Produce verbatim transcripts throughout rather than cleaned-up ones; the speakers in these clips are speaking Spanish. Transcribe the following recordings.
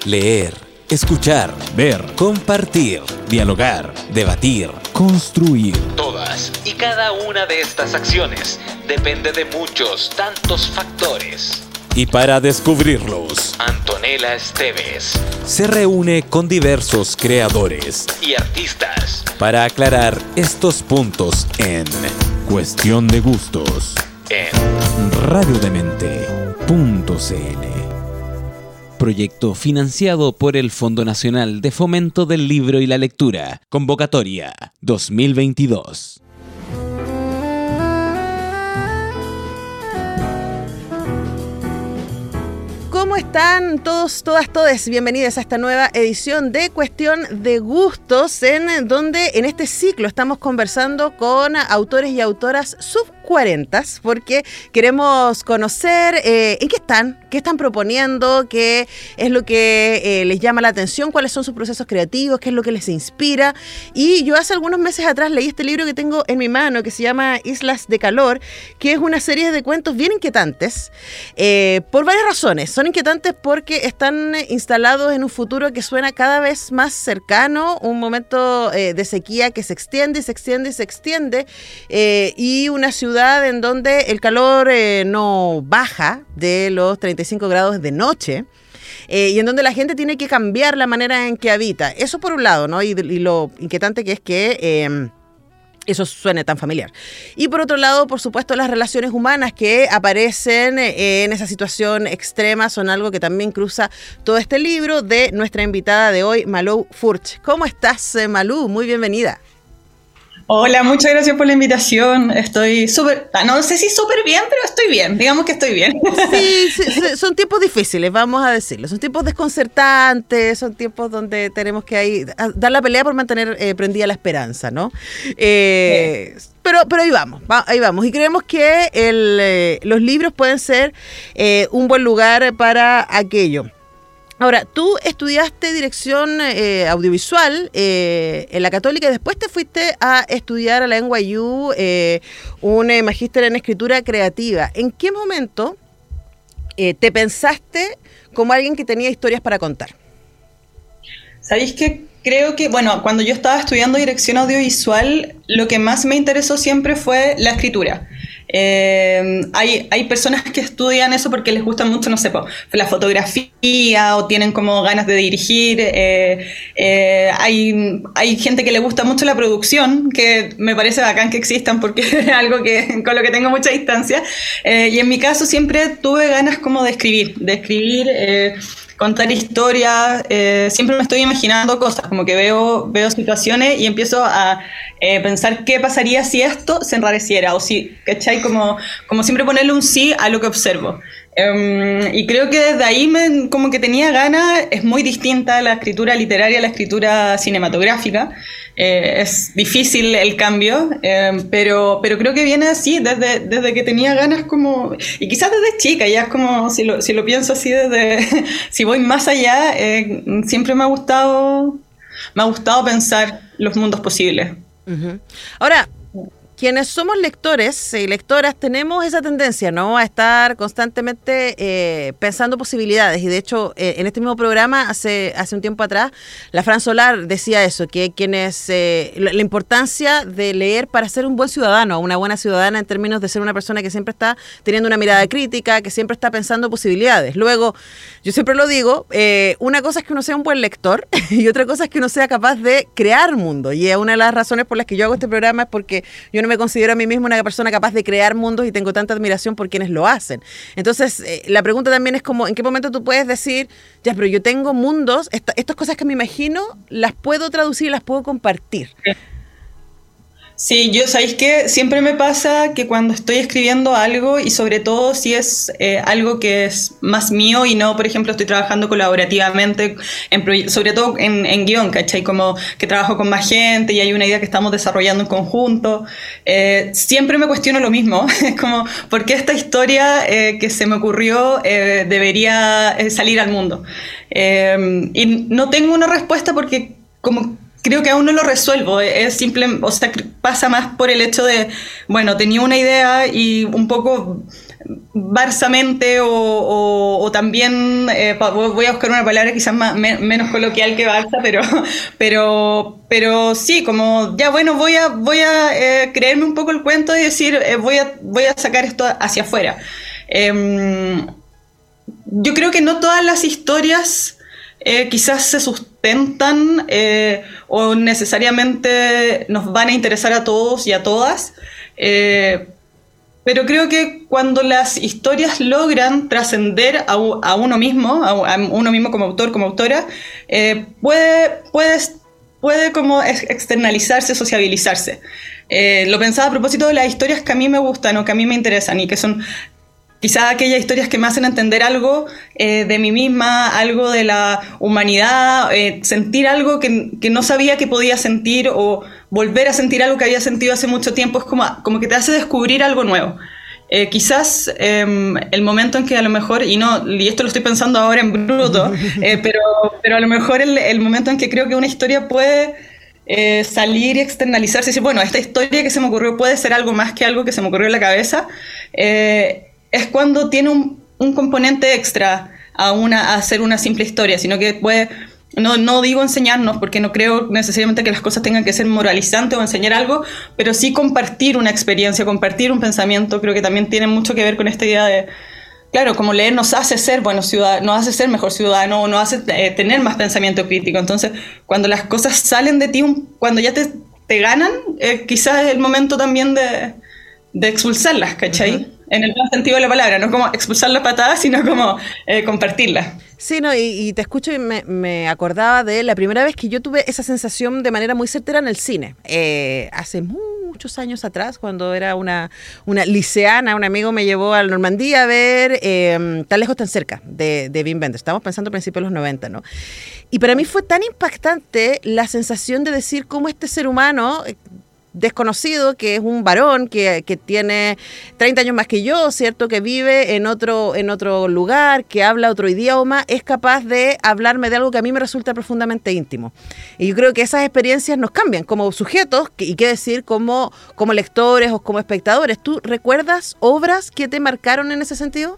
Leer, escuchar, ver, compartir, dialogar, debatir, construir. Todas y cada una de estas acciones depende de muchos, tantos factores. Y para descubrirlos, Antonella Esteves se reúne con diversos creadores y artistas para aclarar estos puntos en Cuestión de Gustos en radiodemente punto cl. Proyecto financiado por el Fondo Nacional de Fomento del Libro y la Lectura. Convocatoria dos mil veintidós. ¿Cómo están todos, todas, todes? Bienvenidos a esta nueva edición de Cuestión de Gustos, en donde en este ciclo estamos conversando con autores y autoras sub cuarenta, porque queremos conocer eh, en qué están, qué están proponiendo, qué es lo que eh, les llama la atención, cuáles son sus procesos creativos, qué es lo que les inspira. Y yo hace algunos meses atrás leí este libro que tengo en mi mano, que se llama Islas de Calor, que es una serie de cuentos bien inquietantes, eh, por varias razones. Son inquietantes porque están instalados en un futuro que suena cada vez más cercano, un momento eh, de sequía que se extiende, se extiende, se extiende, eh, y una ciudad en donde el calor eh, no baja de los treinta y cinco grados de noche, eh, y en donde la gente tiene que cambiar la manera en que habita. Eso por un lado, ¿no? Y, y lo inquietante que es que eh, eso suene tan familiar. Y por otro lado, por supuesto, las relaciones humanas que aparecen en esa situación extrema son algo que también cruza todo este libro de nuestra invitada de hoy, Malou Furch. ¿Cómo estás, Malou? Muy bienvenida. Hola, muchas gracias por la invitación. Estoy súper, no sé si súper bien, pero estoy bien. Digamos que estoy bien. Sí, sí, sí, son tiempos difíciles, vamos a decirlo. Son tiempos desconcertantes, son tiempos donde tenemos que ahí dar la pelea por mantener eh, prendida la esperanza, ¿no? Eh, sí. Pero, pero ahí vamos, va, ahí vamos. Y creemos que el, eh, los libros pueden ser eh, un buen lugar para aquello. Ahora, tú estudiaste dirección eh, audiovisual eh, en la Católica y después te fuiste a estudiar a la N Y U eh, un eh, magíster en escritura creativa. ¿En qué momento eh, te pensaste como alguien que tenía historias para contar? ¿Sabéis qué? Creo que, bueno, cuando yo estaba estudiando dirección audiovisual, lo que más me interesó siempre fue la escritura. Eh, hay, hay personas que estudian eso porque les gusta mucho, no sé, po, la fotografía o tienen como ganas de dirigir. Eh, eh, hay, hay gente que le gusta mucho la producción, que me parece bacán que existan porque es algo que, con lo que tengo mucha distancia. Eh, y en mi caso siempre tuve ganas como de escribir, de escribir... Eh, contar historias, eh, siempre me estoy imaginando cosas, como que veo, veo situaciones y empiezo a eh, pensar qué pasaría si esto se enrareciera, o si, ¿cachai? Como, como siempre ponerle un sí a lo que observo. Um, y creo que desde ahí me, como que tenía ganas. Es muy distinta la escritura literaria a la escritura cinematográfica. Eh, es difícil el cambio, eh, pero, pero creo que viene así, desde, desde que tenía ganas como... Y quizás desde chica, ya es como, si lo, si lo pienso así desde... si voy más allá, eh, siempre me ha gustado, me ha gustado pensar los mundos posibles. Uh-huh. Ahora... Quienes somos lectores y lectoras tenemos esa tendencia, ¿no?, a estar constantemente eh, pensando posibilidades. Y de hecho, eh, en este mismo programa, hace, hace un tiempo atrás, la Fran Solar decía eso, que quienes eh, la, la importancia de leer para ser un buen ciudadano, una buena ciudadana en términos de ser una persona que siempre está teniendo una mirada crítica, que siempre está pensando posibilidades. Luego, yo siempre lo digo, eh, una cosa es que uno sea un buen lector y otra cosa es que uno sea capaz de crear mundo. Y es una de las razones por las que yo hago este programa, es porque yo no me considero a mí mismo una persona capaz de crear mundos y tengo tanta admiración por quienes lo hacen. Entonces, eh, la pregunta también es como, ¿en qué momento tú puedes decir, ya, pero yo tengo mundos, esta, estas cosas que me imagino, las puedo traducir y las puedo compartir? Sí, yo, ¿sabéis qué? Siempre me pasa que cuando estoy escribiendo algo, y sobre todo si es eh, algo que es más mío y no, por ejemplo, estoy trabajando colaborativamente, en proye- sobre todo en, en guión, ¿cachai? Como que trabajo con más gente y hay una idea que estamos desarrollando en conjunto, eh, siempre me cuestiono lo mismo, es como, ¿por qué esta historia eh, que se me ocurrió eh, debería eh, salir al mundo? Eh, y no tengo una respuesta porque como... creo que aún no lo resuelvo, es simple, o sea, pasa más por el hecho de, bueno, tenía una idea y un poco barsamente o, o, o también, eh, voy a buscar una palabra quizás más, me, menos coloquial que barsa, pero, pero, pero sí, como ya bueno, voy a, voy a eh, creerme un poco el cuento y decir, eh, voy, a, voy a sacar esto hacia afuera. Eh, yo creo que no todas las historias Eh, quizás se sustentan eh, o necesariamente nos van a interesar a todos y a todas, eh, pero creo que cuando las historias logran trascender a, a uno mismo, a, a uno mismo como autor, como autora, eh, puede, puede, puede como externalizarse, sociabilizarse. Eh, lo pensaba a propósito de las historias que a mí me gustan o que a mí me interesan y que son quizás aquellas historias que me hacen entender algo eh, de mí misma, algo de la humanidad, eh, sentir algo que, que no sabía que podía sentir o volver a sentir algo que había sentido hace mucho tiempo, es como, como que te hace descubrir algo nuevo. Eh, quizás eh, el momento en que a lo mejor, y no y esto lo estoy pensando ahora en bruto, eh, pero, pero a lo mejor el, el momento en que creo que una historia puede eh, salir y externalizarse y decir, bueno, esta historia que se me ocurrió puede ser algo más que algo que se me ocurrió en la cabeza, eh, es cuando tiene un, un componente extra a, una, a hacer una simple historia, sino que puede, no, no digo enseñarnos, porque no creo necesariamente que las cosas tengan que ser moralizantes o enseñar algo, pero sí compartir una experiencia, compartir un pensamiento, creo que también tiene mucho que ver con esta idea de, claro, como leer nos hace ser buenos ciudadanos, nos hace ser mejor ciudadano, nos hace eh, tener más pensamiento crítico. Entonces, cuando las cosas salen de ti, un, cuando ya te, te ganan, eh, quizás es el momento también de, de expulsarlas, ¿cachai? Uh-huh. En el buen sentido de la palabra, no como expulsar las patadas, sino como eh, compartirlas. Sí, no, y, y te escucho y me, me acordaba de la primera vez que yo tuve esa sensación de manera muy certera en el cine. Eh, hace muchos años atrás, cuando era una, una liceana, un amigo me llevó a Normandía a ver eh, Tan lejos, tan cerca, de, de Wim Wenders. Estamos pensando a principios de los noventa, ¿no? Y para mí fue tan impactante la sensación de decir cómo este ser humano desconocido, que es un varón que, que tiene treinta años más que yo, ¿cierto? Que vive en otro, en otro lugar, que habla otro idioma, es capaz de hablarme de algo que a mí me resulta profundamente íntimo. Y yo creo que esas experiencias nos cambian como sujetos, y qué decir, como, como lectores o como espectadores. ¿Tú recuerdas obras que te marcaron en ese sentido?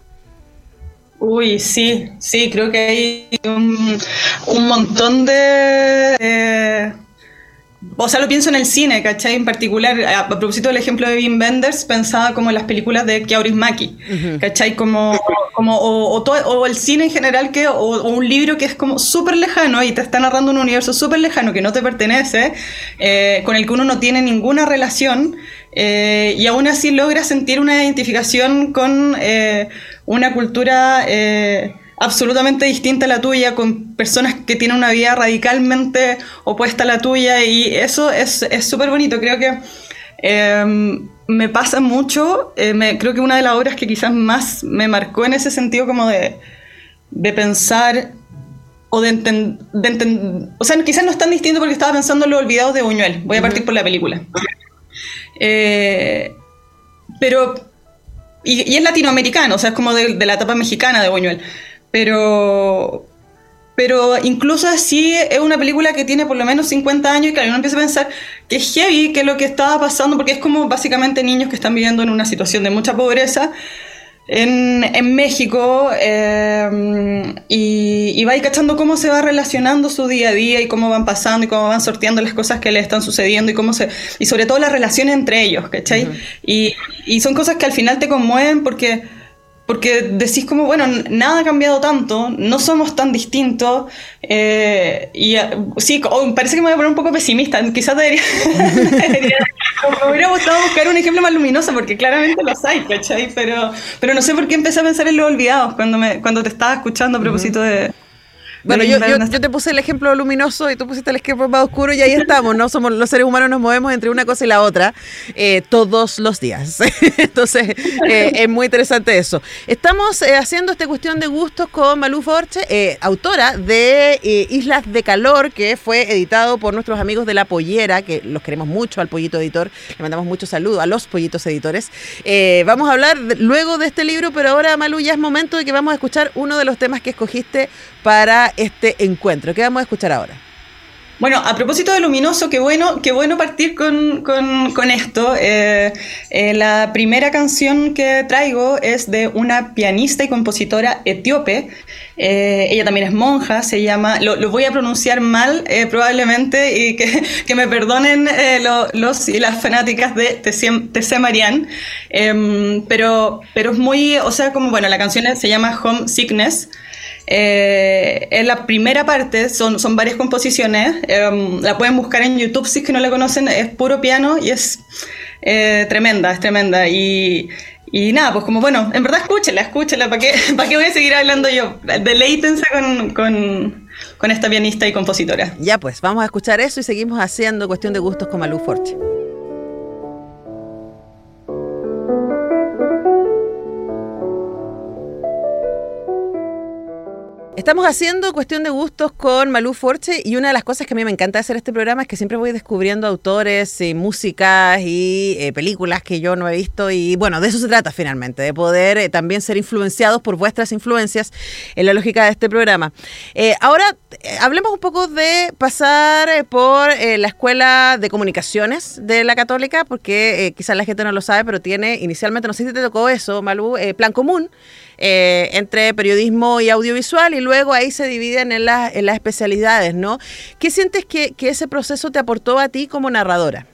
Uy, sí, sí, creo que hay un, un montón de... Eh... O sea, lo pienso en el cine, ¿cachai? En particular, a, a propósito del ejemplo de Wim Wenders, pensaba como en las películas de Kaurismäki, uh-huh. ¿cachai? Como, como, o, o, todo, o el cine en general, que, o, o un libro que es como súper lejano y te está narrando un universo súper lejano que no te pertenece, eh, con el que uno no tiene ninguna relación, eh, y aún así logra sentir una identificación con eh, una cultura... Eh, absolutamente distinta a la tuya, con personas que tienen una vida radicalmente opuesta a la tuya, y eso es súper bonito. Creo que eh, me pasa mucho, eh, me, creo que una de las obras que quizás más me marcó en ese sentido, como de, de pensar o de entender, enten, o sea, quizás no es tan distinto porque estaba pensando en Los Olvidados de Buñuel, voy a partir uh-huh. por la película, eh, pero y, y es latinoamericano, o sea, es como de, de la etapa mexicana de Buñuel. Pero, pero incluso así es una película que tiene por lo menos cincuenta años y claro, uno empieza a pensar que es heavy, que es lo que estaba pasando, porque es como básicamente niños que están viviendo en una situación de mucha pobreza en, en México, eh, y, y va ahí cachando cómo se va relacionando su día a día y cómo van pasando y cómo van sorteando las cosas que le están sucediendo y cómo se, y sobre todo las relaciones entre ellos, ¿cachai? Uh-huh. y, y son cosas que al final te conmueven porque... Porque decís como, bueno, nada ha cambiado tanto, no somos tan distintos, eh, y sí, oh, parece que me voy a poner un poco pesimista, quizás debería, debería me hubiera gustado buscar un ejemplo más luminoso, porque claramente los hay, ¿cachai? Pero, pero no sé por qué empecé a pensar en Los Olvidados cuando, me, cuando te estaba escuchando a propósito de... Bueno, yo, yo, yo te puse el ejemplo luminoso y tú pusiste el ejemplo más oscuro y ahí estamos, ¿no? Somos los seres humanos, nos movemos entre una cosa y la otra eh, todos los días. Entonces, eh, es muy interesante eso. Estamos eh, haciendo esta cuestión de gustos con Malú Forche, eh, autora de eh, Islas de Calor, que fue editado por nuestros amigos de La Pollera, que los queremos mucho al Pollito Editor. Le mandamos muchos saludos a los Pollitos Editores. Eh, vamos a hablar de, luego de este libro, pero ahora, Malú, ya es momento de que vamos a escuchar uno de los temas que escogiste para este encuentro. ¿Qué vamos a escuchar ahora? Bueno, a propósito de Luminoso, qué bueno, qué bueno partir con, con, con esto. Eh, eh, la primera canción que traigo es de una pianista y compositora etíope. Eh, ella también es monja, se llama, lo, lo voy a pronunciar mal eh, probablemente, y que, que me perdonen eh, lo, los y las fanáticas de Tessé Marian, eh, pero, pero es muy, o sea, como, bueno, la canción se llama Homesickness. Eh, es la primera parte, son, son varias composiciones, eh, la pueden buscar en YouTube si es que no la conocen, es puro piano y es eh, tremenda, es tremenda. Y, y nada, pues como bueno, en verdad escúchenla, escúchenla, ¿para qué, para qué voy a seguir hablando yo? Deleítense con, con, con esta pianista y compositora. Ya pues, vamos a escuchar eso y seguimos haciendo Cuestión de Gustos con Malú Forte. Estamos haciendo Cuestión de Gustos con Malú Forte, y una de las cosas que a mí me encanta hacer este programa es que siempre voy descubriendo autores, eh, músicas y eh, películas que yo no he visto, y bueno, de eso se trata finalmente, de poder eh, también ser influenciados por vuestras influencias en la lógica de este programa. Eh, ahora, eh, hablemos un poco de pasar eh, por eh, la Escuela de Comunicaciones de la Católica, porque eh, quizás la gente no lo sabe, pero tiene inicialmente, no sé si te tocó eso, Malú, eh, plan común, Eh, entre periodismo y audiovisual, y luego ahí se dividen en, la, en las especialidades, ¿no? ¿Qué sientes que, que ese proceso te aportó a ti como narradora?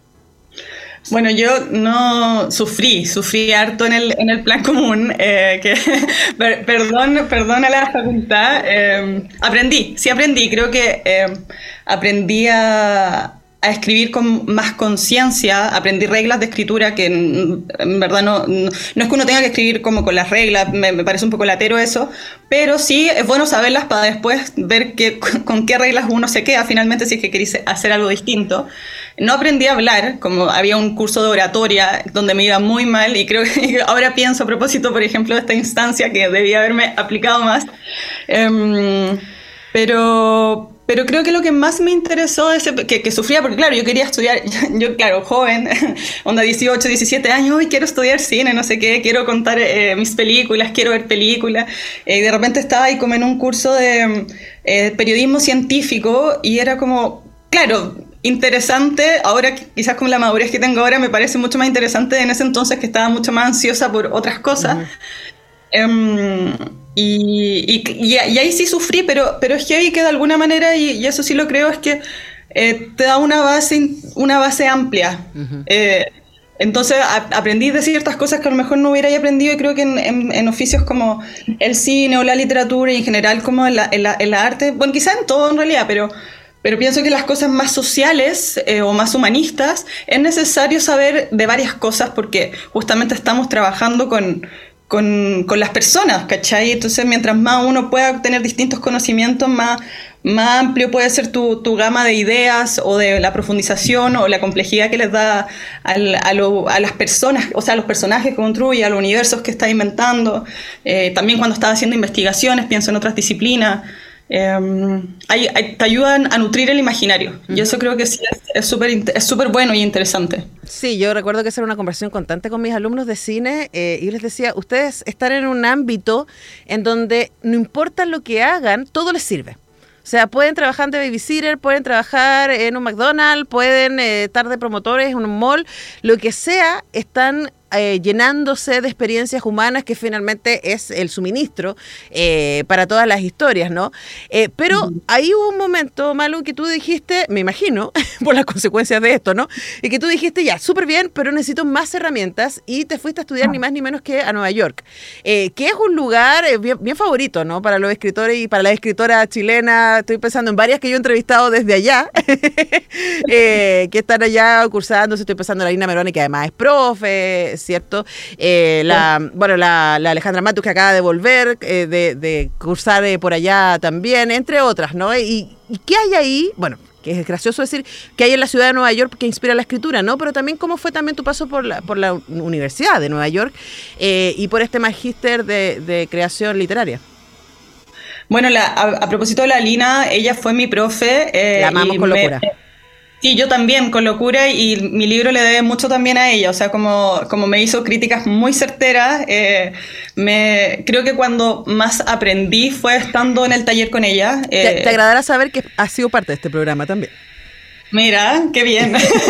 Bueno, yo no sufrí, sufrí harto en el, en el plan común, eh, que, per, perdón, perdón a la facultad, eh, aprendí, sí aprendí, creo que eh, aprendí a... a escribir con más conciencia, aprendí reglas de escritura que en, en verdad no, no, no es que uno tenga que escribir como con las reglas, me, me parece un poco latero eso, pero sí es bueno saberlas para después ver que, con qué reglas uno se queda finalmente si es que querés hacer algo distinto. No aprendí a hablar, como había un curso de oratoria donde me iba muy mal, y creo que ahora pienso a propósito, por ejemplo, de esta instancia que debía haberme aplicado más, um, pero... Pero creo que lo que más me interesó, es que, que sufría, porque claro, yo quería estudiar, yo, yo claro, joven, onda dieciocho, diecisiete años, hoy quiero estudiar cine, no sé qué, quiero contar eh, mis películas, quiero ver películas, eh, y de repente estaba ahí como en un curso de eh, periodismo científico, y era como, claro, interesante, ahora quizás con la madurez que tengo ahora me parece mucho más interesante, en ese entonces que estaba mucho más ansiosa por otras cosas. Uh-huh. Um, Y, y, y, y ahí sí sufrí, pero, pero es que ahí que de alguna manera, y, y eso sí lo creo, es que eh, te da una base, una base amplia. Uh-huh. Eh, entonces a, aprendí de ciertas cosas que a lo mejor no hubiera aprendido, y creo que en, en, en oficios como el cine o la literatura y en general como en la, en la, en la arte, bueno, quizás en todo en realidad, pero, pero pienso que las cosas más sociales eh, o más humanistas es necesario saber de varias cosas, porque justamente estamos trabajando con... Con, con las personas, ¿cachai? Entonces, mientras más uno pueda tener distintos conocimientos, más, más amplio puede ser tu, tu gama de ideas, o de la profundización o la complejidad que les da al, a, lo, a las personas, o sea, a los personajes que construye, a los universos que está inventando. Eh, también cuando estás haciendo investigaciones, pienso en otras disciplinas. Eh, hay, hay, te ayudan a nutrir el imaginario. Uh-huh. Y eso creo que sí es súper es súper bueno y interesante. Sí, yo recuerdo que esa era una conversación constante con mis alumnos de cine, eh, y yo les decía, ustedes están en un ámbito en donde no importa lo que hagan, todo les sirve. O sea, pueden trabajar de babysitter, pueden trabajar en un McDonald's, pueden eh, estar de promotores en un mall, lo que sea, están eh, llenándose de experiencias humanas, que finalmente es el suministro eh, para todas las historias, ¿no? Eh, pero uh-huh. ahí hubo un momento, Malú, que tú dijiste, me imagino, por las consecuencias de esto, ¿no? Y que tú dijiste, ya, súper bien, pero necesito más herramientas, y te fuiste a estudiar uh-huh. ni más ni menos que a Nueva York, eh, que es un lugar eh, bien, bien favorito, ¿no? Para los escritores y para la escritora chilena. Estoy pensando en varias que yo he entrevistado desde allá, eh, que están allá cursándose. Estoy pensando en la Lina Meroni, que además es profe, ¿cierto? Eh, la, bueno, la, la Alejandra Matus, que acaba de volver, eh, de, de cursar eh, por allá también, entre otras, ¿no? Y, y ¿qué hay ahí? Bueno, que es gracioso decir que hay en la ciudad de Nueva York que inspira la escritura, ¿no? Pero también cómo fue también tu paso por la, por la Universidad de Nueva York eh, y por este magíster de, de creación literaria. Bueno, la, a, a propósito de la Lina, ella fue mi profe. Eh, la amamos con me, locura. Sí, yo también, con locura, y mi libro le debe mucho también a ella, o sea, como, como me hizo críticas muy certeras, eh, me, creo que cuando más aprendí fue estando en el taller con ella. Eh, te, te agradará saber que has sido parte de este programa también. Mira, qué bien.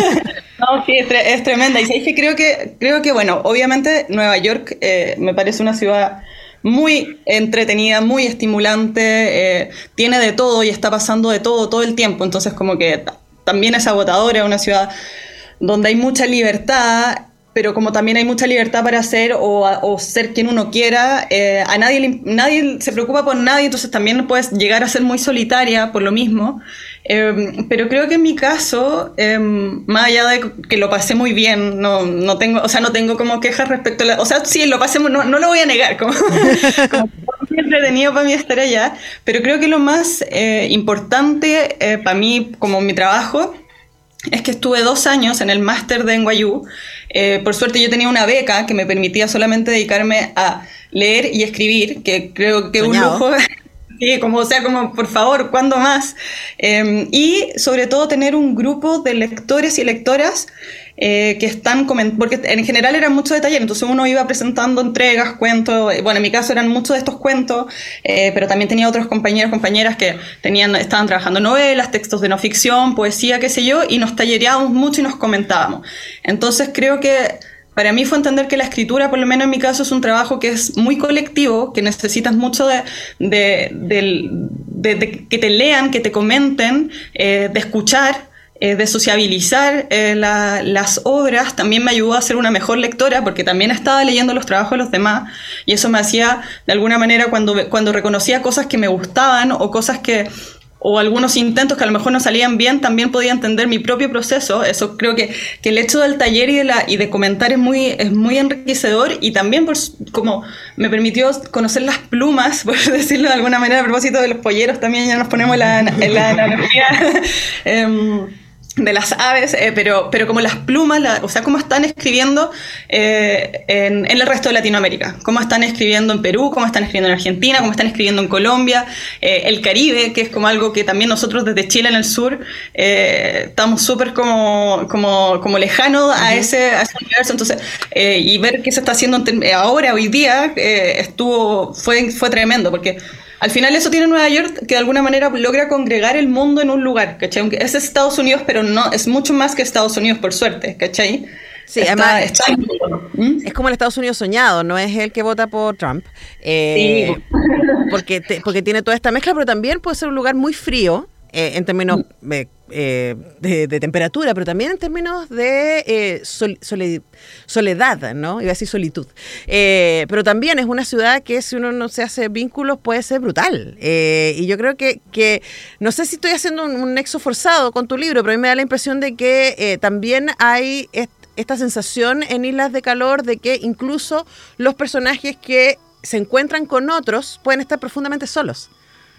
No, sí, es, tre- es tremenda, y sabéis que creo que, creo que, bueno, obviamente Nueva York eh, me parece una ciudad muy entretenida, muy estimulante, eh, tiene de todo y está pasando de todo todo el tiempo, entonces como que también es agotadora, una ciudad donde hay mucha libertad, pero como también hay mucha libertad para ser o, o ser quien uno quiera, eh, a nadie, le- nadie se preocupa por nadie, entonces también puedes llegar a ser muy solitaria por lo mismo. Eh, pero creo que en mi caso, eh, más allá de que lo pasé muy bien, no, no tengo, o sea, no tengo como quejas respecto a la, o sea, sí, lo pasé, no, no lo voy a negar, como, como fue muy entretenido para mí estar allá, pero creo que lo más eh, importante eh, para mí, como mi trabajo, es que estuve dos años en el máster de N Y U. Eh, por suerte yo tenía una beca que me permitía solamente dedicarme a leer y escribir, que creo que es un lujo. Sí, como, o sea, como, por favor, ¿cuándo más? Eh, y sobre todo tener un grupo de lectores y lectoras eh, que están comentando, porque en general eran muchos de taller, entonces uno iba presentando entregas, cuentos, bueno, en mi caso eran muchos de estos cuentos, eh, pero también tenía otros compañeros, compañeras que tenían, estaban trabajando novelas, textos de no ficción, poesía, qué sé yo, y nos tallereábamos mucho y nos comentábamos. Entonces creo que para mí fue entender que la escritura, por lo menos en mi caso, es un trabajo que es muy colectivo, que necesitas mucho de, de, de, de, de que te lean, que te comenten, eh, de escuchar, eh, de sociabilizar eh, la, las obras. También me ayudó a ser una mejor lectora, porque también estaba leyendo los trabajos de los demás, y eso me hacía, de alguna manera, cuando, cuando reconocía cosas que me gustaban o cosas que... o algunos intentos que a lo mejor no salían bien, también podía entender mi propio proceso. Eso creo que, que el hecho del taller y de, la, y de comentar es muy, es muy enriquecedor, y también por, como me permitió conocer las plumas, por decirlo de alguna manera, a propósito de los polleros, también ya nos ponemos la, la analogía um, de las aves, eh, pero, pero como las plumas, la, o sea, cómo están escribiendo eh, en, en el resto de Latinoamérica, cómo están escribiendo en Perú, cómo están escribiendo en Argentina, cómo están escribiendo en Colombia, eh, el Caribe, que es como algo que también nosotros desde Chile en el sur eh, estamos súper como, como, como lejanos a, uh-huh. ese, a ese universo, entonces, eh, y ver qué se está haciendo ahora, hoy día, eh, estuvo, fue, fue tremendo, porque al final eso tiene Nueva York, que de alguna manera logra congregar el mundo en un lugar, ¿cachai? Aunque es Estados Unidos, pero no, es mucho más que Estados Unidos, por suerte, ¿cachai? Sí, está, además está, ¿Mm? Es como el Estados Unidos soñado, no es el que vota por Trump, eh, sí. porque, te, porque tiene toda esta mezcla, pero también puede ser un lugar muy frío, eh, en términos eh, eh, de, de temperatura, pero también en términos de eh, sol, sole, soledad, ¿no? Iba a decir solitud. Eh, pero también es una ciudad que si uno no se hace vínculos puede ser brutal. Eh, y yo creo que, que, no sé si estoy haciendo un, un nexo forzado con tu libro, pero a mí me da la impresión de que eh, también hay est- esta sensación en Islas de Calor de que incluso los personajes que se encuentran con otros pueden estar profundamente solos.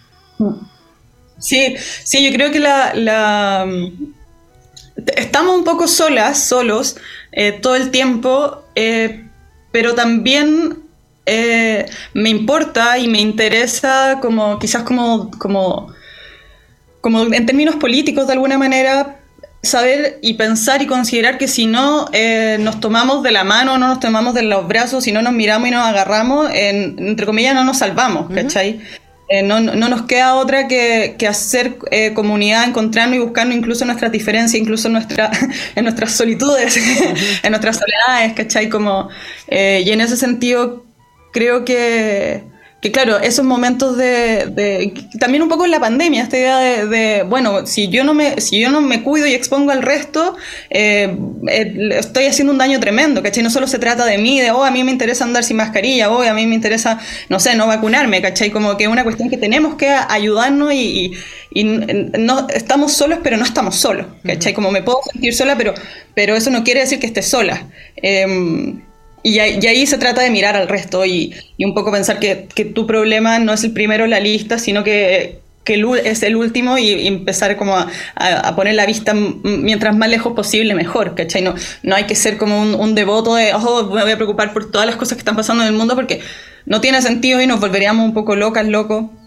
Sí, sí, yo creo que la, la estamos un poco solas, solos, eh, todo el tiempo, eh, pero también eh, me importa y me interesa como quizás como, como, como en términos políticos de alguna manera, saber y pensar y considerar que si no eh, nos tomamos de la mano, no nos tomamos de los brazos, si no nos miramos y nos agarramos, en, entre comillas no nos salvamos, ¿cachai? Uh-huh. Eh, no, no nos queda otra que, que hacer eh, comunidad, encontrarnos y buscarnos incluso en nuestras diferencias, incluso en, nuestra, en nuestras solitudes, en nuestras soledades, ¿cachai? Como, eh, y en ese sentido creo que, que claro, esos momentos de, de... También un poco en la pandemia, esta idea de, de bueno, si yo no me si yo no me cuido y expongo al resto, eh, eh, estoy haciendo un daño tremendo, ¿cachai? No solo se trata de mí, de, oh, a mí me interesa andar sin mascarilla, oh, a mí me interesa, no sé, no vacunarme, ¿cachai? Como que es una cuestión que tenemos que ayudarnos y, y, y no, estamos solos, pero no estamos solos, ¿cachai? Como me puedo sentir sola, pero, pero eso no quiere decir que esté sola. Eh, Y ahí, y ahí se trata de mirar al resto y, y un poco pensar que, que tu problema no es el primero en la lista, sino que, que el, es el último y, y empezar como a, a, a poner la vista mientras más lejos posible mejor, ¿cachai? No, no hay que ser como un, un devoto de, oh, me voy a preocupar por todas las cosas que están pasando en el mundo porque no tiene sentido y nos volveríamos un poco locas, locos.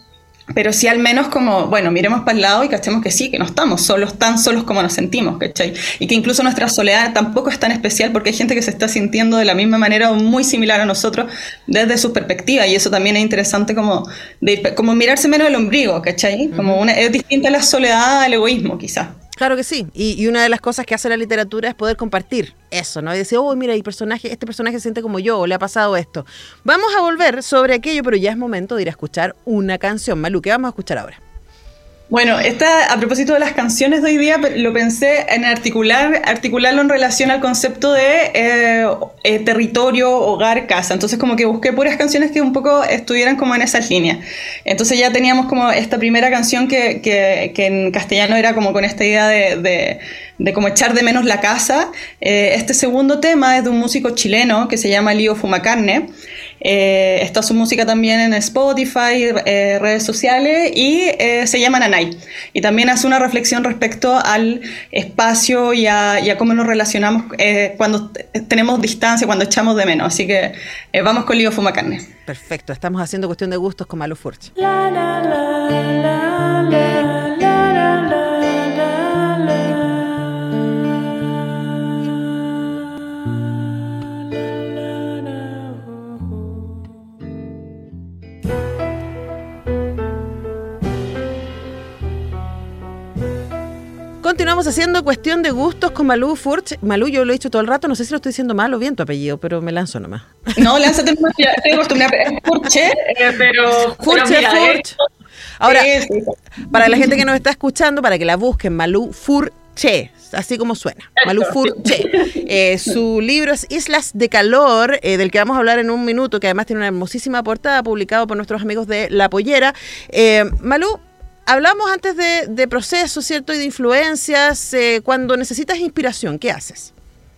pero sí al menos como, bueno, miremos para el lado y cachemos que sí, que no estamos solos, tan solos como nos sentimos, ¿cachai? Y que incluso nuestra soledad tampoco es tan especial porque hay gente que se está sintiendo de la misma manera o muy similar a nosotros desde su perspectiva, y eso también es interesante como, de, como mirarse menos el ombligo, ¿cachai? Como una, es distinta la soledad al egoísmo, quizás. Claro que sí, y, y una de las cosas que hace la literatura es poder compartir eso, ¿no? Y decir, oh, mira, el personaje, este personaje se siente como yo, o le ha pasado esto. Vamos a volver sobre aquello, pero ya es momento de ir a escuchar una canción. Malú, ¿qué vamos a escuchar ahora? Bueno, esta, a propósito de las canciones de hoy día, lo pensé en articular, articularlo en relación al concepto de eh, eh, territorio, hogar, casa. Entonces como que busqué puras canciones que un poco estuvieran como en esas líneas. Entonces ya teníamos como esta primera canción que, que, que en castellano era como con esta idea de, de, de como echar de menos la casa. Eh, este segundo tema es de un músico chileno que se llama Lío Fumacarne. Eh, está su música también en Spotify, eh, redes sociales, y eh, se llama Nanay. Y también hace una reflexión respecto al espacio y a, y a cómo nos relacionamos eh, cuando tenemos distancia, cuando echamos de menos. Así que eh, vamos con Lío Fumacarne. Perfecto, estamos haciendo Cuestión de Gustos con Malú Furch. La, la, la, la, la, la, la. Continuamos haciendo Cuestión de Gustos con Malú Furch. Malú, yo lo he dicho todo el rato, no sé si lo estoy diciendo mal o bien tu apellido, pero me lanzo nomás. No, lánzate nomás, ya estoy acostumbrada a Furche, eh, pero... Furche, pero mira, Furch. Ahora, sí, sí. para la gente que nos está escuchando, para que la busquen, Malú Furche, así como suena, Malú Furche. Eh, su libro es Islas de Calor, eh, del que vamos a hablar en un minuto, que además tiene una hermosísima portada, publicado por nuestros amigos de La Pollera. Eh, Malú, hablamos antes de, de procesos, ¿cierto? Y de influencias. Eh, cuando necesitas inspiración, ¿qué haces?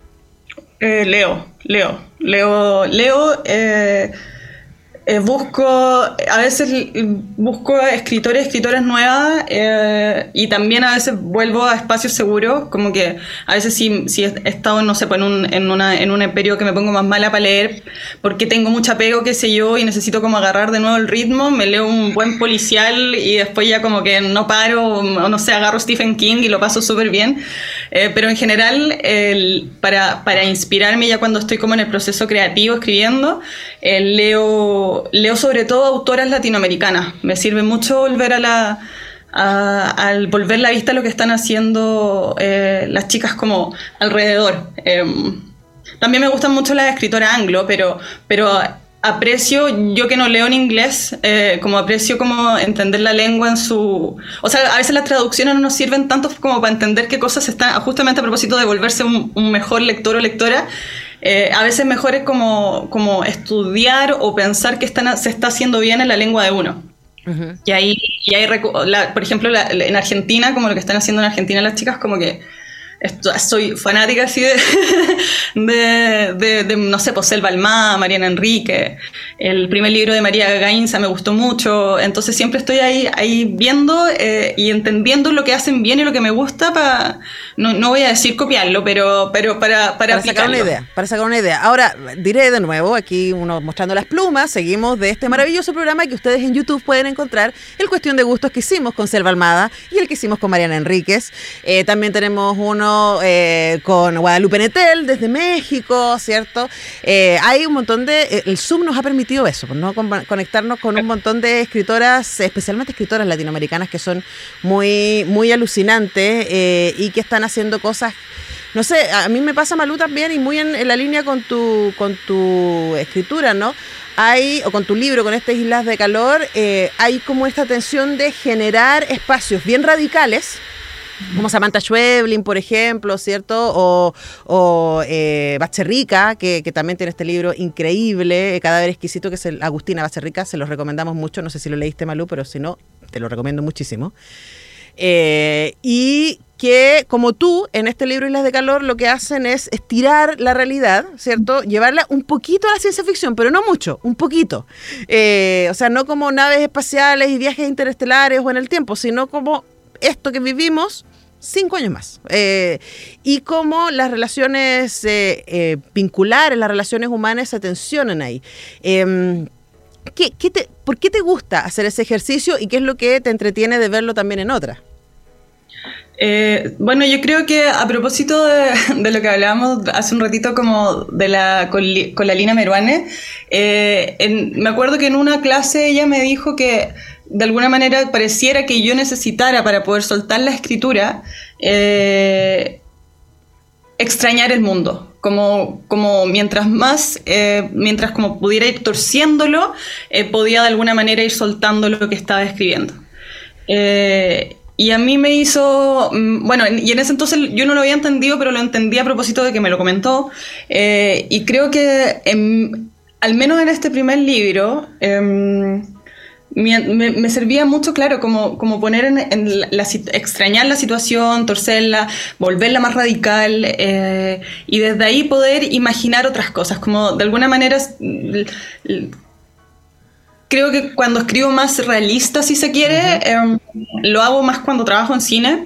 Eh, leo, leo, leo, leo, eh, eh, busco, a veces busco escritores, escritoras nuevas, eh, y también a veces vuelvo a espacios seguros, como que a veces si, si he estado, no sé, pues en un, en una, en un periodo que me pongo más mala para leer, porque tengo mucho apego, qué sé yo, y necesito como agarrar de nuevo el ritmo, me leo un buen policial y después ya como que no paro, o no sé, agarro Stephen King y lo paso súper bien, eh, pero en general, el, para, para inspirarme ya cuando estoy como en el proceso creativo, escribiendo, eh, leo Leo sobre todo autoras latinoamericanas. Me sirve mucho volver a la, a, al volver la vista a lo que están haciendo eh, las chicas como alrededor. Eh, también me gustan mucho las escritoras anglo, pero, pero aprecio, yo que no leo en inglés, eh, como aprecio como entender la lengua en su... O sea, a veces las traducciones no nos sirven tanto como para entender qué cosas están, justamente a propósito de volverse un, un mejor lector o lectora. Eh, a veces mejor es como, como estudiar o pensar que están, se está haciendo bien en la lengua de uno. Uh-huh. Y ahí, y ahí la, por ejemplo, la, en Argentina, como lo que están haciendo en Argentina las chicas, como que esto, soy fanática así de, de, de, de, no sé, pues Selva Almada, Mariana Enrique, el primer libro de María Gainza me gustó mucho, entonces siempre estoy ahí, ahí viendo eh, y entendiendo lo que hacen bien y lo que me gusta para, no, no voy a decir copiarlo, pero, pero para, para, para sacar una idea, para sacar una idea. Ahora, diré de nuevo, aquí uno mostrando las plumas, seguimos de este maravilloso programa que ustedes en YouTube pueden encontrar, el Cuestión de Gustos que hicimos con Selva Almada y el que hicimos con Mariana Enríquez. Eh, también tenemos uno Eh, con Guadalupe Nettel desde México, ¿cierto? Eh, hay un montón de... Eh, el Zoom nos ha permitido eso, ¿no? Con, conectarnos con un montón de escritoras, especialmente escritoras latinoamericanas que son muy, muy alucinantes eh, y que están haciendo cosas... No sé, a mí me pasa, Malú, también, y muy en, en la línea con tu, con tu escritura, ¿no? Hay, o con tu libro, con estas Islas de Calor, eh, hay como esta tensión de generar espacios bien radicales, como Samantha Schweblin, por ejemplo, ¿cierto? O, o eh, Bacherrica, que, que también tiene este libro increíble, Cadáver Exquisito, que es el, Agustina Bacherrica, se los recomendamos mucho, no sé si lo leíste, Malú, pero si no, te lo recomiendo muchísimo. Eh, y que, como tú, en este libro Islas de Calor, lo que hacen es estirar la realidad, ¿cierto? Llevarla un poquito a la ciencia ficción, pero no mucho, un poquito. Eh, o sea, no como naves espaciales y viajes interestelares o en el tiempo, sino como esto que vivimos cinco años más. Eh, y cómo las relaciones eh, eh, vinculares, las relaciones humanas se tensionan ahí. Eh, ¿qué, qué te, ¿por qué te gusta hacer ese ejercicio y qué es lo que te entretiene de verlo también en otras? Eh, bueno, yo creo que a propósito de, de lo que hablábamos hace un ratito como de la, con, con la Lina Meruane, eh, en, me acuerdo que en una clase ella me dijo que de alguna manera pareciera que yo necesitara para poder soltar la escritura, eh, extrañar el mundo. Como, como mientras más, eh, mientras como pudiera ir torciéndolo, eh, podía de alguna manera ir soltando lo que estaba escribiendo. Eh, Y a mí me hizo, bueno, y en ese entonces yo no lo había entendido, pero lo entendí a propósito de que me lo comentó. Eh, y creo que, en, al menos en este primer libro, eh, me, me, me servía mucho, claro, como, como poner en, en la, la, extrañar la situación, torcerla, volverla más radical, eh, y desde ahí poder imaginar otras cosas, como de alguna manera... Creo que cuando escribo más realista, si se quiere, uh-huh. eh, lo hago más cuando trabajo en cine,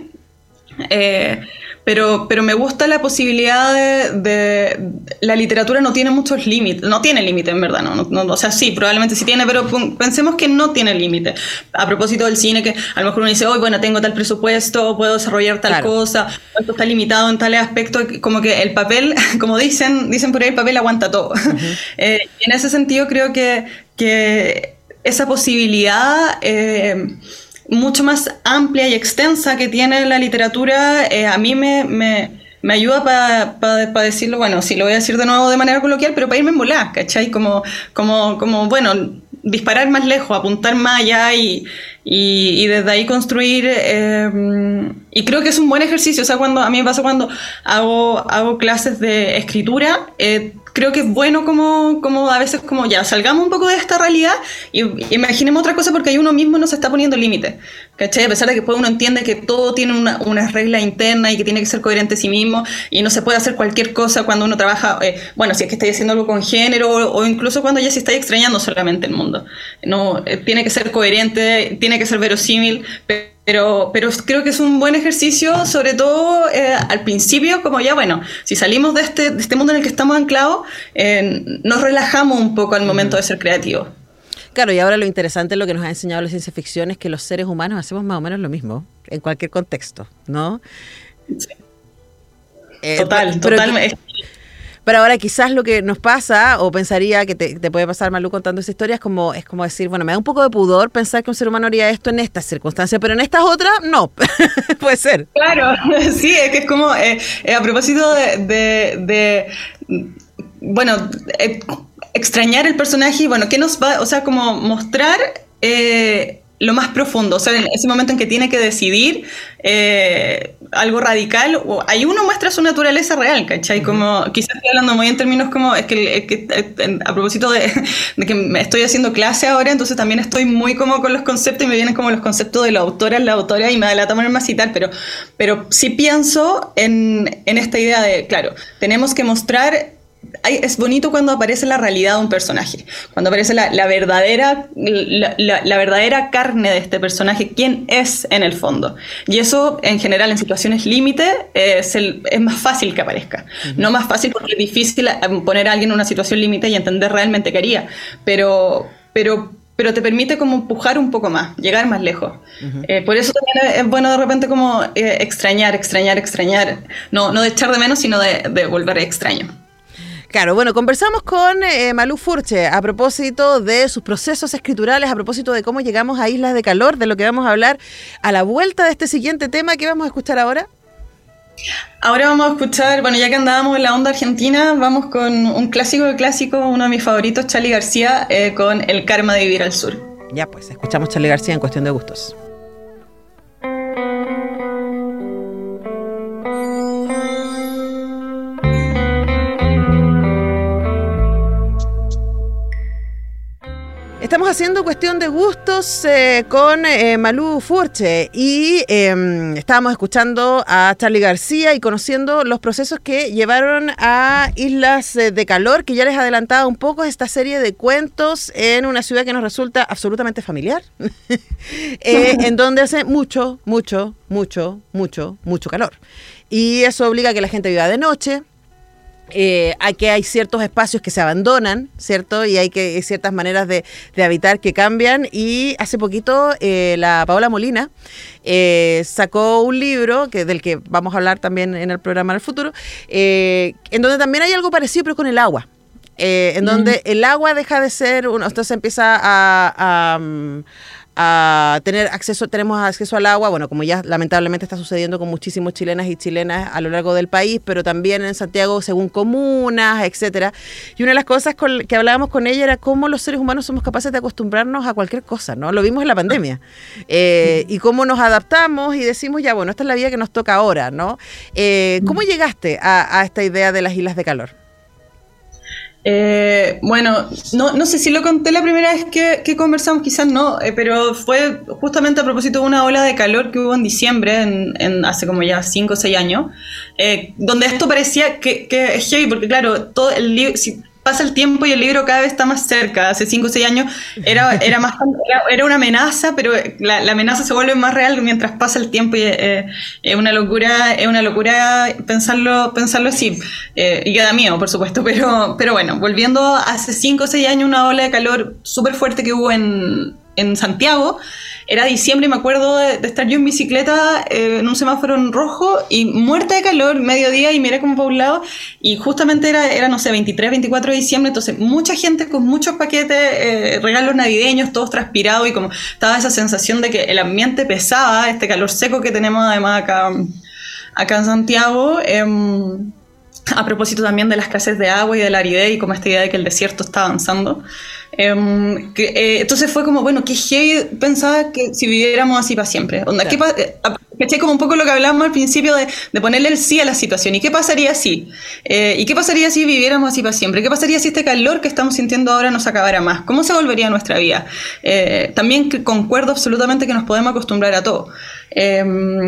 eh, pero, pero me gusta la posibilidad de, de... La literatura no tiene muchos límites, no tiene límite en verdad, no, no, no, o sea, sí, probablemente sí tiene, pero pensemos que no tiene límite. A propósito del cine, que a lo mejor uno dice, oh, bueno, tengo tal presupuesto, puedo desarrollar tal claro. cosa, esto está limitado en tales aspectos, como que el papel, como dicen, dicen por ahí, el papel aguanta todo. Uh-huh. eh, y en ese sentido creo que... que esa posibilidad eh, mucho más amplia y extensa que tiene la literatura, eh, a mí me, me, me ayuda para pa, pa decirlo, bueno, sí, lo voy a decir de nuevo de manera coloquial, pero para irme en volada, ¿cachai? Como, como, como, bueno, disparar más lejos, apuntar más allá y, y, y desde ahí construir. Eh, y creo que es un buen ejercicio. O sea, cuando a mí me pasa cuando hago, hago clases de escritura, eh, creo que es bueno como, como a veces como ya, salgamos un poco de esta realidad y imaginemos otra cosa, porque ahí uno mismo no se está poniendo límites, ¿cachai? A pesar de que después uno entiende que todo tiene una, una regla interna y que tiene que ser coherente en sí mismo y no se puede hacer cualquier cosa cuando uno trabaja, eh, bueno, si es que estáis haciendo algo con género o, o incluso cuando ya se está extrañando solamente el mundo. No, eh, tiene que ser coherente, tiene que ser verosímil, pero Pero, pero creo que es un buen ejercicio, sobre todo eh, al principio, como ya, bueno, si salimos de este, de este mundo en el que estamos anclados, eh, nos relajamos un poco al momento de ser creativos. Claro, y ahora lo interesante, lo que nos ha enseñado la ciencia ficción, es que los seres humanos hacemos más o menos lo mismo, en cualquier contexto, ¿no? Sí. Eh, Total, pero, totalmente. Pero ahora quizás lo que nos pasa, o pensaría que te, te puede pasar, Malú, contando esa historia, es como, es como decir, bueno, me da un poco de pudor pensar que un ser humano haría esto en estas circunstancias, pero en estas otras, no. Puede ser. Claro, sí, es que es como, eh, eh, a propósito de, de, de bueno, eh, extrañar el personaje y, bueno, ¿qué nos va? O sea, como mostrar... Eh, lo más profundo, o sea, en ese momento en que tiene que decidir eh, algo radical, o, ahí uno muestra su naturaleza real, ¿cachai? Como, quizás estoy hablando muy en términos como, es que, es que a propósito de, de que me estoy haciendo clase ahora, entonces también estoy muy como con los conceptos y me vienen como los conceptos de la autora, la autora, y me da la poner más y tal, pero, pero sí pienso en, en esta idea de, claro, tenemos que mostrar... Es bonito cuando aparece la realidad de un personaje, cuando aparece la, la verdadera la, la, la verdadera carne de este personaje, quién es en el fondo. Y eso, en general, en situaciones límite, eh, es, el, es más fácil que aparezca. Uh-huh. No más fácil porque es difícil poner a alguien en una situación límite y entender realmente qué haría, pero, pero, pero te permite como empujar un poco más, llegar más lejos. Uh-huh. Eh, por eso también es, es bueno de repente como eh, extrañar, extrañar, extrañar. No, no de echar de menos, sino de, de volver extraño. Claro, bueno, conversamos con eh, Malú Furche a propósito de sus procesos escriturales, a propósito de cómo llegamos a Islas de Calor, de lo que vamos a hablar a la vuelta de este siguiente tema. ¿Qué vamos a escuchar ahora? Ahora vamos a escuchar, bueno, ya que andábamos en la onda argentina, vamos con un clásico de clásicos, uno de mis favoritos, Charly García, eh, con El karma de vivir al sur. Ya pues, escuchamos Charly García en Cuestión de Gustos. Estamos haciendo Cuestión de Gustos eh, con eh, Malú Furche y eh, estábamos escuchando a Charly García y conociendo los procesos que llevaron a Islas de Calor, que ya les adelantaba un poco esta serie de cuentos en una ciudad que nos resulta absolutamente familiar, eh, en donde hace mucho, mucho, mucho, mucho, mucho calor. Y eso obliga a que la gente viva de noche, Eh, hay que hay ciertos espacios que se abandonan, ¿cierto? Y hay que hay ciertas maneras de, de habitar que cambian. Y hace poquito eh, la Paola Molina eh, sacó un libro que del que vamos a hablar también en el programa del futuro, eh, en donde también hay algo parecido, pero con el agua. Eh, en donde mm. el agua deja de ser, uno, entonces empieza a, a, a tener acceso, tenemos acceso al agua, bueno, como ya lamentablemente está sucediendo con muchísimos chilenas y chilenas a lo largo del país, pero también en Santiago según comunas, etcétera. Y una de las cosas con, que hablábamos con ella era cómo los seres humanos somos capaces de acostumbrarnos a cualquier cosa, ¿no? Lo vimos en la pandemia. Eh, y cómo nos adaptamos y decimos, ya, bueno, esta es la vida que nos toca ahora, ¿no? Eh, ¿Cómo llegaste a, a esta idea de las islas de calor? Eh, bueno, no, no sé si lo conté la primera vez que, que conversamos, quizás no, eh, pero fue justamente a propósito de una ola de calor que hubo en diciembre, en, en hace como ya cinco o seis años, eh, donde esto parecía que, que es heavy, porque claro, todo el libro, si pasa el tiempo y el libro cada vez está más cerca. Hace cinco o seis años era, era, más, era, era una amenaza, pero la, la amenaza se vuelve más real mientras pasa el tiempo y eh, es una locura, es una locura pensarlo, pensarlo así. Eh, y queda miedo, por supuesto, pero, pero bueno, volviendo hace cinco o seis años, una ola de calor súper fuerte que hubo en, en Santiago. Era diciembre y me acuerdo de, de estar yo en bicicleta eh, en un semáforo en rojo y muerta de calor, mediodía, y miré como para un lado y justamente era, era no sé, veintitrés, veinticuatro de diciembre, entonces mucha gente con muchos paquetes, eh, regalos navideños, todos transpirados, y como estaba esa sensación de que el ambiente pesaba, este calor seco que tenemos además acá, acá en Santiago. Eh, a propósito también de la escasez de agua y de la aridez y como esta idea de que el desierto está avanzando. Um, que, eh, entonces fue como, bueno, qué heavy pensaba que si viviéramos así para siempre. Onda, claro. ¿Qué pa- ¿Caché? Como un poco lo que hablábamos al principio de, de ponerle el sí a la situación. ¿Y qué pasaría si? Eh, ¿Y qué pasaría si viviéramos así para siempre? ¿Qué pasaría si este calor que estamos sintiendo ahora nos acabara más? ¿Cómo se volvería nuestra vida? Eh, también concuerdo absolutamente que nos podemos acostumbrar a todo. Eh,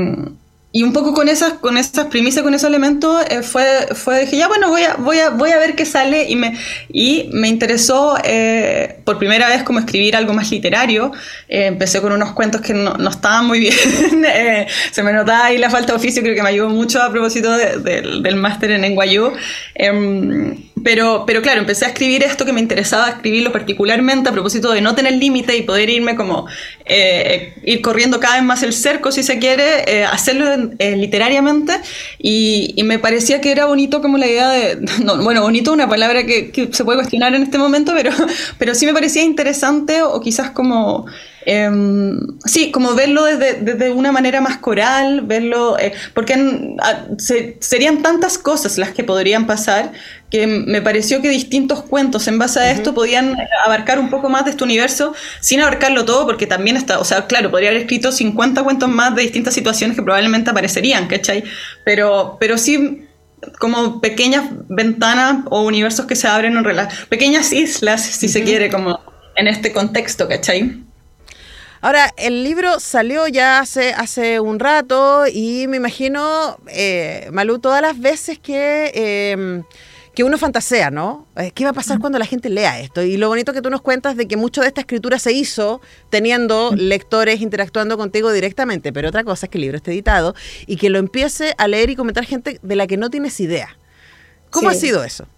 Y un poco con esas, con esas premisas, con esos elementos, eh, fue, fue, dije, ya bueno, voy a, voy a, voy a ver qué sale, y me, y me interesó eh, por primera vez como escribir algo más literario. Eh, empecé con unos cuentos que no, no estaban muy bien, eh, se me notaba ahí la falta de oficio, creo que me ayudó mucho a propósito de, de, del máster en N Y U. Eh, Pero, pero claro, empecé a escribir esto que me interesaba escribirlo particularmente a propósito de no tener límite y poder irme como, eh, ir corriendo cada vez más el cerco, si se quiere, eh, hacerlo eh, literariamente, y, y me parecía que era bonito como la idea de, no, bueno, bonito es una palabra que, que se puede cuestionar en este momento, pero, pero sí me parecía interesante, o quizás como... Eh, sí, como verlo desde, desde una manera más coral, verlo, eh, porque en, a, se, serían tantas cosas las que podrían pasar, que me pareció que distintos cuentos en base a uh-huh. esto podían abarcar un poco más de este universo, sin abarcarlo todo, porque también está, o sea, claro, podría haber escrito cincuenta cuentos más de distintas situaciones que probablemente aparecerían, ¿cachai? Pero, pero sí... como pequeñas ventanas o universos que se abren en relación, pequeñas islas, si uh-huh. se quiere, como en este contexto, ¿cachai? Ahora, el libro salió ya hace, hace un rato, y me imagino, eh, Malú, todas las veces que, eh, que uno fantasea, ¿no? ¿Qué va a pasar cuando la gente lea esto? Y lo bonito que tú nos cuentas de que mucho de esta escritura se hizo teniendo lectores interactuando contigo directamente, pero otra cosa es que el libro esté editado y que lo empiece a leer y comentar gente de la que no tienes idea. ¿Cómo sí. ha sido eso?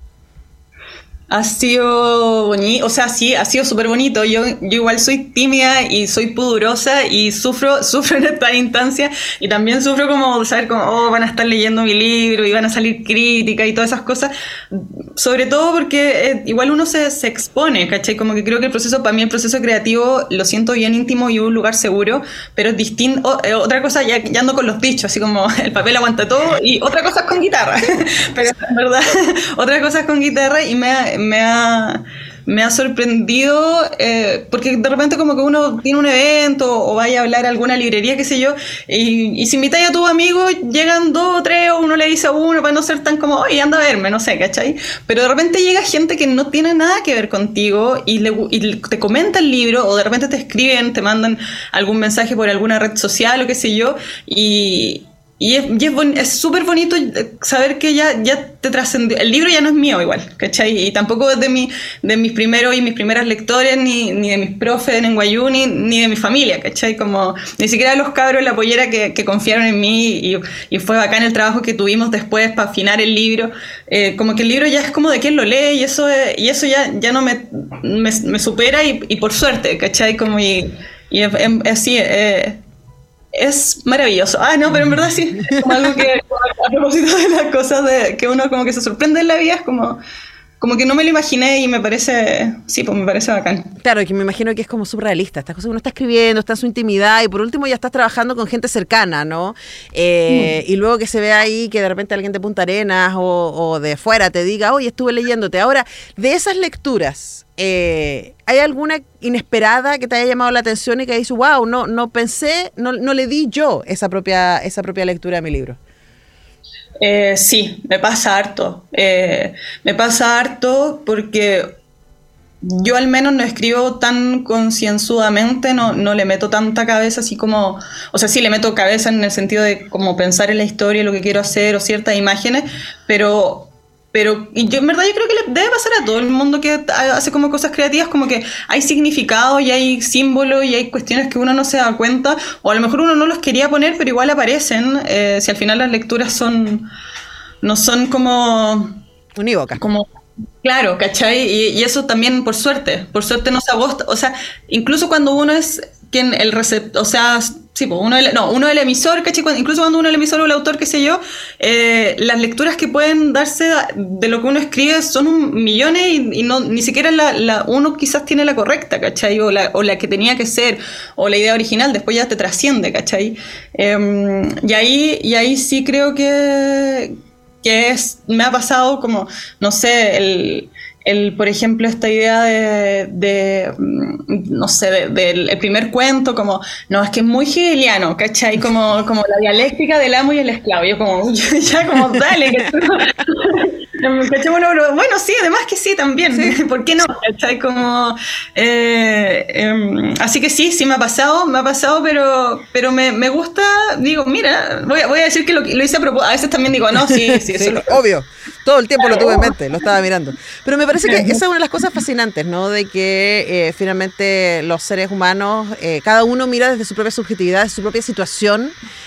Ha sido bonito, o sea, sí, ha sido súper bonito. Yo, yo igual soy tímida y soy pudorosa y sufro, sufro en esta instancia, y también sufro como saber como, oh, van a estar leyendo mi libro y van a salir críticas y todas esas cosas, sobre todo porque eh, igual uno se, se expone, ¿cachai? Como que creo que el proceso, para mí el proceso creativo lo siento bien íntimo y un lugar seguro, pero es distinto. Oh, eh, otra cosa, ya, ya ando con los dichos, así como el papel aguanta todo, y otra cosa es con guitarra, pero en verdad, otra cosa es con guitarra, y me ha, me ha, me ha sorprendido, eh, porque de repente como que uno tiene un evento o vaya a hablar a alguna librería, qué sé yo, y, y si invitáis a tus amigos, llegan dos o tres, o uno le dice a uno para no ser tan como, oye, anda a verme, no sé, ¿cachai? Pero de repente llega gente que no tiene nada que ver contigo y, le, y te comenta el libro, o de repente te escriben, te mandan algún mensaje por alguna red social o qué sé yo, y... y es y es bon- es súper bonito saber que ya, ya te trascendió. El libro ya no es mío igual, ¿cachai? Y tampoco es de, mi, de mis primeros y mis primeras lectores, ni, ni de mis profes en Guayú, ni, ni de mi familia, ¿cachai? Como, ni siquiera de los cabros en la pollera que, que confiaron en mí, y, y fue bacán el trabajo que tuvimos después para afinar el libro. Eh, como que el libro ya es como de quien lo lee, y eso, es, y eso ya, ya no me, me, me supera, y, y por suerte, ¿cachai? Como y, y es, es, es así, eh, es maravilloso. Ah, no, pero en verdad sí, es como algo que, a propósito de las cosas de, que uno como que se sorprende en la vida, es como, como que no me lo imaginé, y me parece, sí, pues me parece bacán. Claro, que me imagino que es como surrealista, estas cosas que uno está escribiendo, está en su intimidad, y por último ya estás trabajando con gente cercana, ¿no? Eh, mm. Y luego que se ve ahí que de repente alguien de Punta Arenas o, o de fuera te diga, oye, estuve leyéndote. Ahora, de esas lecturas, eh, ¿hay alguna inesperada que te haya llamado la atención y que dices, wow, no, no pensé, no, no le di yo esa propia, esa propia lectura a mi libro? Eh, sí, me pasa harto. Eh, me pasa harto porque yo al menos no escribo tan concienzudamente, no, no le meto tanta cabeza así como... O sea, sí le meto cabeza en el sentido de como pensar en la historia, lo que quiero hacer o ciertas imágenes, pero... Pero y yo, en verdad yo creo que le debe pasar a todo el mundo que hace como cosas creativas, como que hay significados y hay símbolos y hay cuestiones que uno no se da cuenta, o a lo mejor uno no los quería poner, pero igual aparecen, eh, si al final las lecturas son no son como... unívocas. Como, claro, ¿cachai? Y, y eso también por suerte, por suerte no se agosta, o sea, incluso cuando uno es quien el receptor, o sea... Sí, pues uno el, no, uno el emisor, ¿cachai? Incluso cuando uno es el emisor o el autor, qué sé yo, eh, las lecturas que pueden darse de lo que uno escribe son un millones, y, y no, ni siquiera la, la, uno quizás tiene la correcta, ¿cachai? O la, o la que tenía que ser, o la idea original, después ya te trasciende, ¿cachai? Eh, y, ahí, y ahí sí creo que, que es, me ha pasado como, no sé, el... El, por ejemplo, esta idea de, de no sé, del de, de, primer cuento, como, no, es que es muy hegeliano, ¿cachai? Como, como la dialéctica del amo y el esclavo. Yo como, ya como, dale, ¿cachai? Bueno, pero, bueno, sí, además que sí, también. Sí. ¿Por qué no? ¿Cachai? Como, eh, eh, así que sí, sí me ha pasado, me ha pasado, pero, pero me, me gusta, digo, mira, voy a, voy a decir que lo, lo hice a propósito. A veces también digo, no, sí, sí, sí, eso lo... obvio. Todo el tiempo lo tuve en mente, lo estaba mirando. Pero me parece que esa es una de las cosas fascinantes, ¿no? De que eh, finalmente los seres humanos, eh, cada uno mira desde su propia subjetividad, desde su propia situación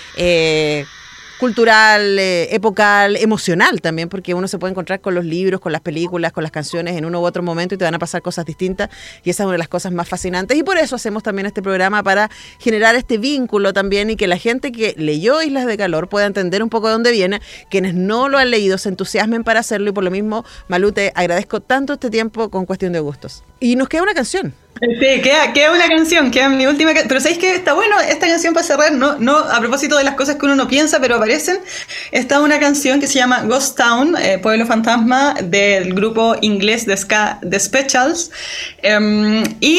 eh, cultural, eh, epocal, emocional también, porque uno se puede encontrar con los libros, con las películas, con las canciones en uno u otro momento y te van a pasar cosas distintas, y esa es una de las cosas más fascinantes, y por eso hacemos también este programa, para generar este vínculo también, y que la gente que leyó Islas de Calor pueda entender un poco de dónde viene, quienes no lo han leído se entusiasmen para hacerlo, y por lo mismo, Malú, te agradezco tanto este tiempo con Cuestión de Gustos. Y nos queda una canción. Sí, queda, queda una canción, queda mi última canción. Pero ¿sabéis qué? Está bueno esta canción para cerrar, no, no a propósito de las cosas que uno no piensa, pero aparecen. Está una canción que se llama Ghost Town, eh, Pueblo Fantasma, del grupo inglés de ska The Specials. Um, y,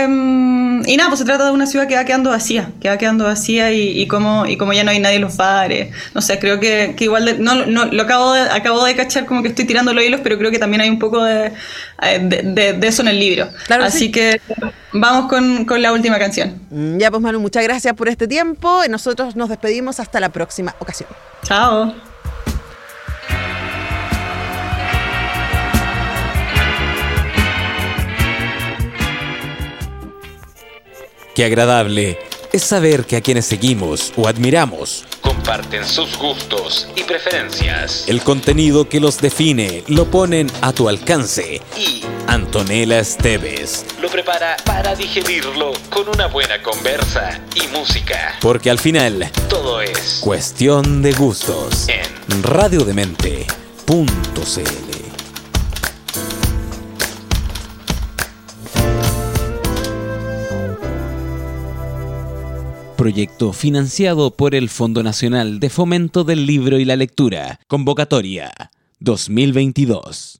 um, y nada, pues se trata de una ciudad que va quedando vacía, que va quedando vacía y, y, como, y como ya no hay nadie en los bares. No sé, creo que, que igual, de, no, no, lo acabo de, acabo de cachar, como que estoy tirando los hilos, pero creo que también hay un poco de, de, de, de eso en el libro. Claro, así sí. que vamos con, con la última canción. Ya pues, Manu, muchas gracias por este tiempo. Nosotros nos despedimos hasta la próxima ocasión. Chao. Qué agradable es saber que a quienes seguimos o admiramos comparten sus gustos y preferencias. el contenido que los define lo ponen a tu alcance. Y Antonella Esteves, lo prepara para digerirlo con una buena conversa y música. porque al final, Todo es cuestión de gustos. en radiodemente punto c l. Proyecto financiado por el Fondo Nacional de Fomento del Libro y la Lectura. Convocatoria dos mil veintidós.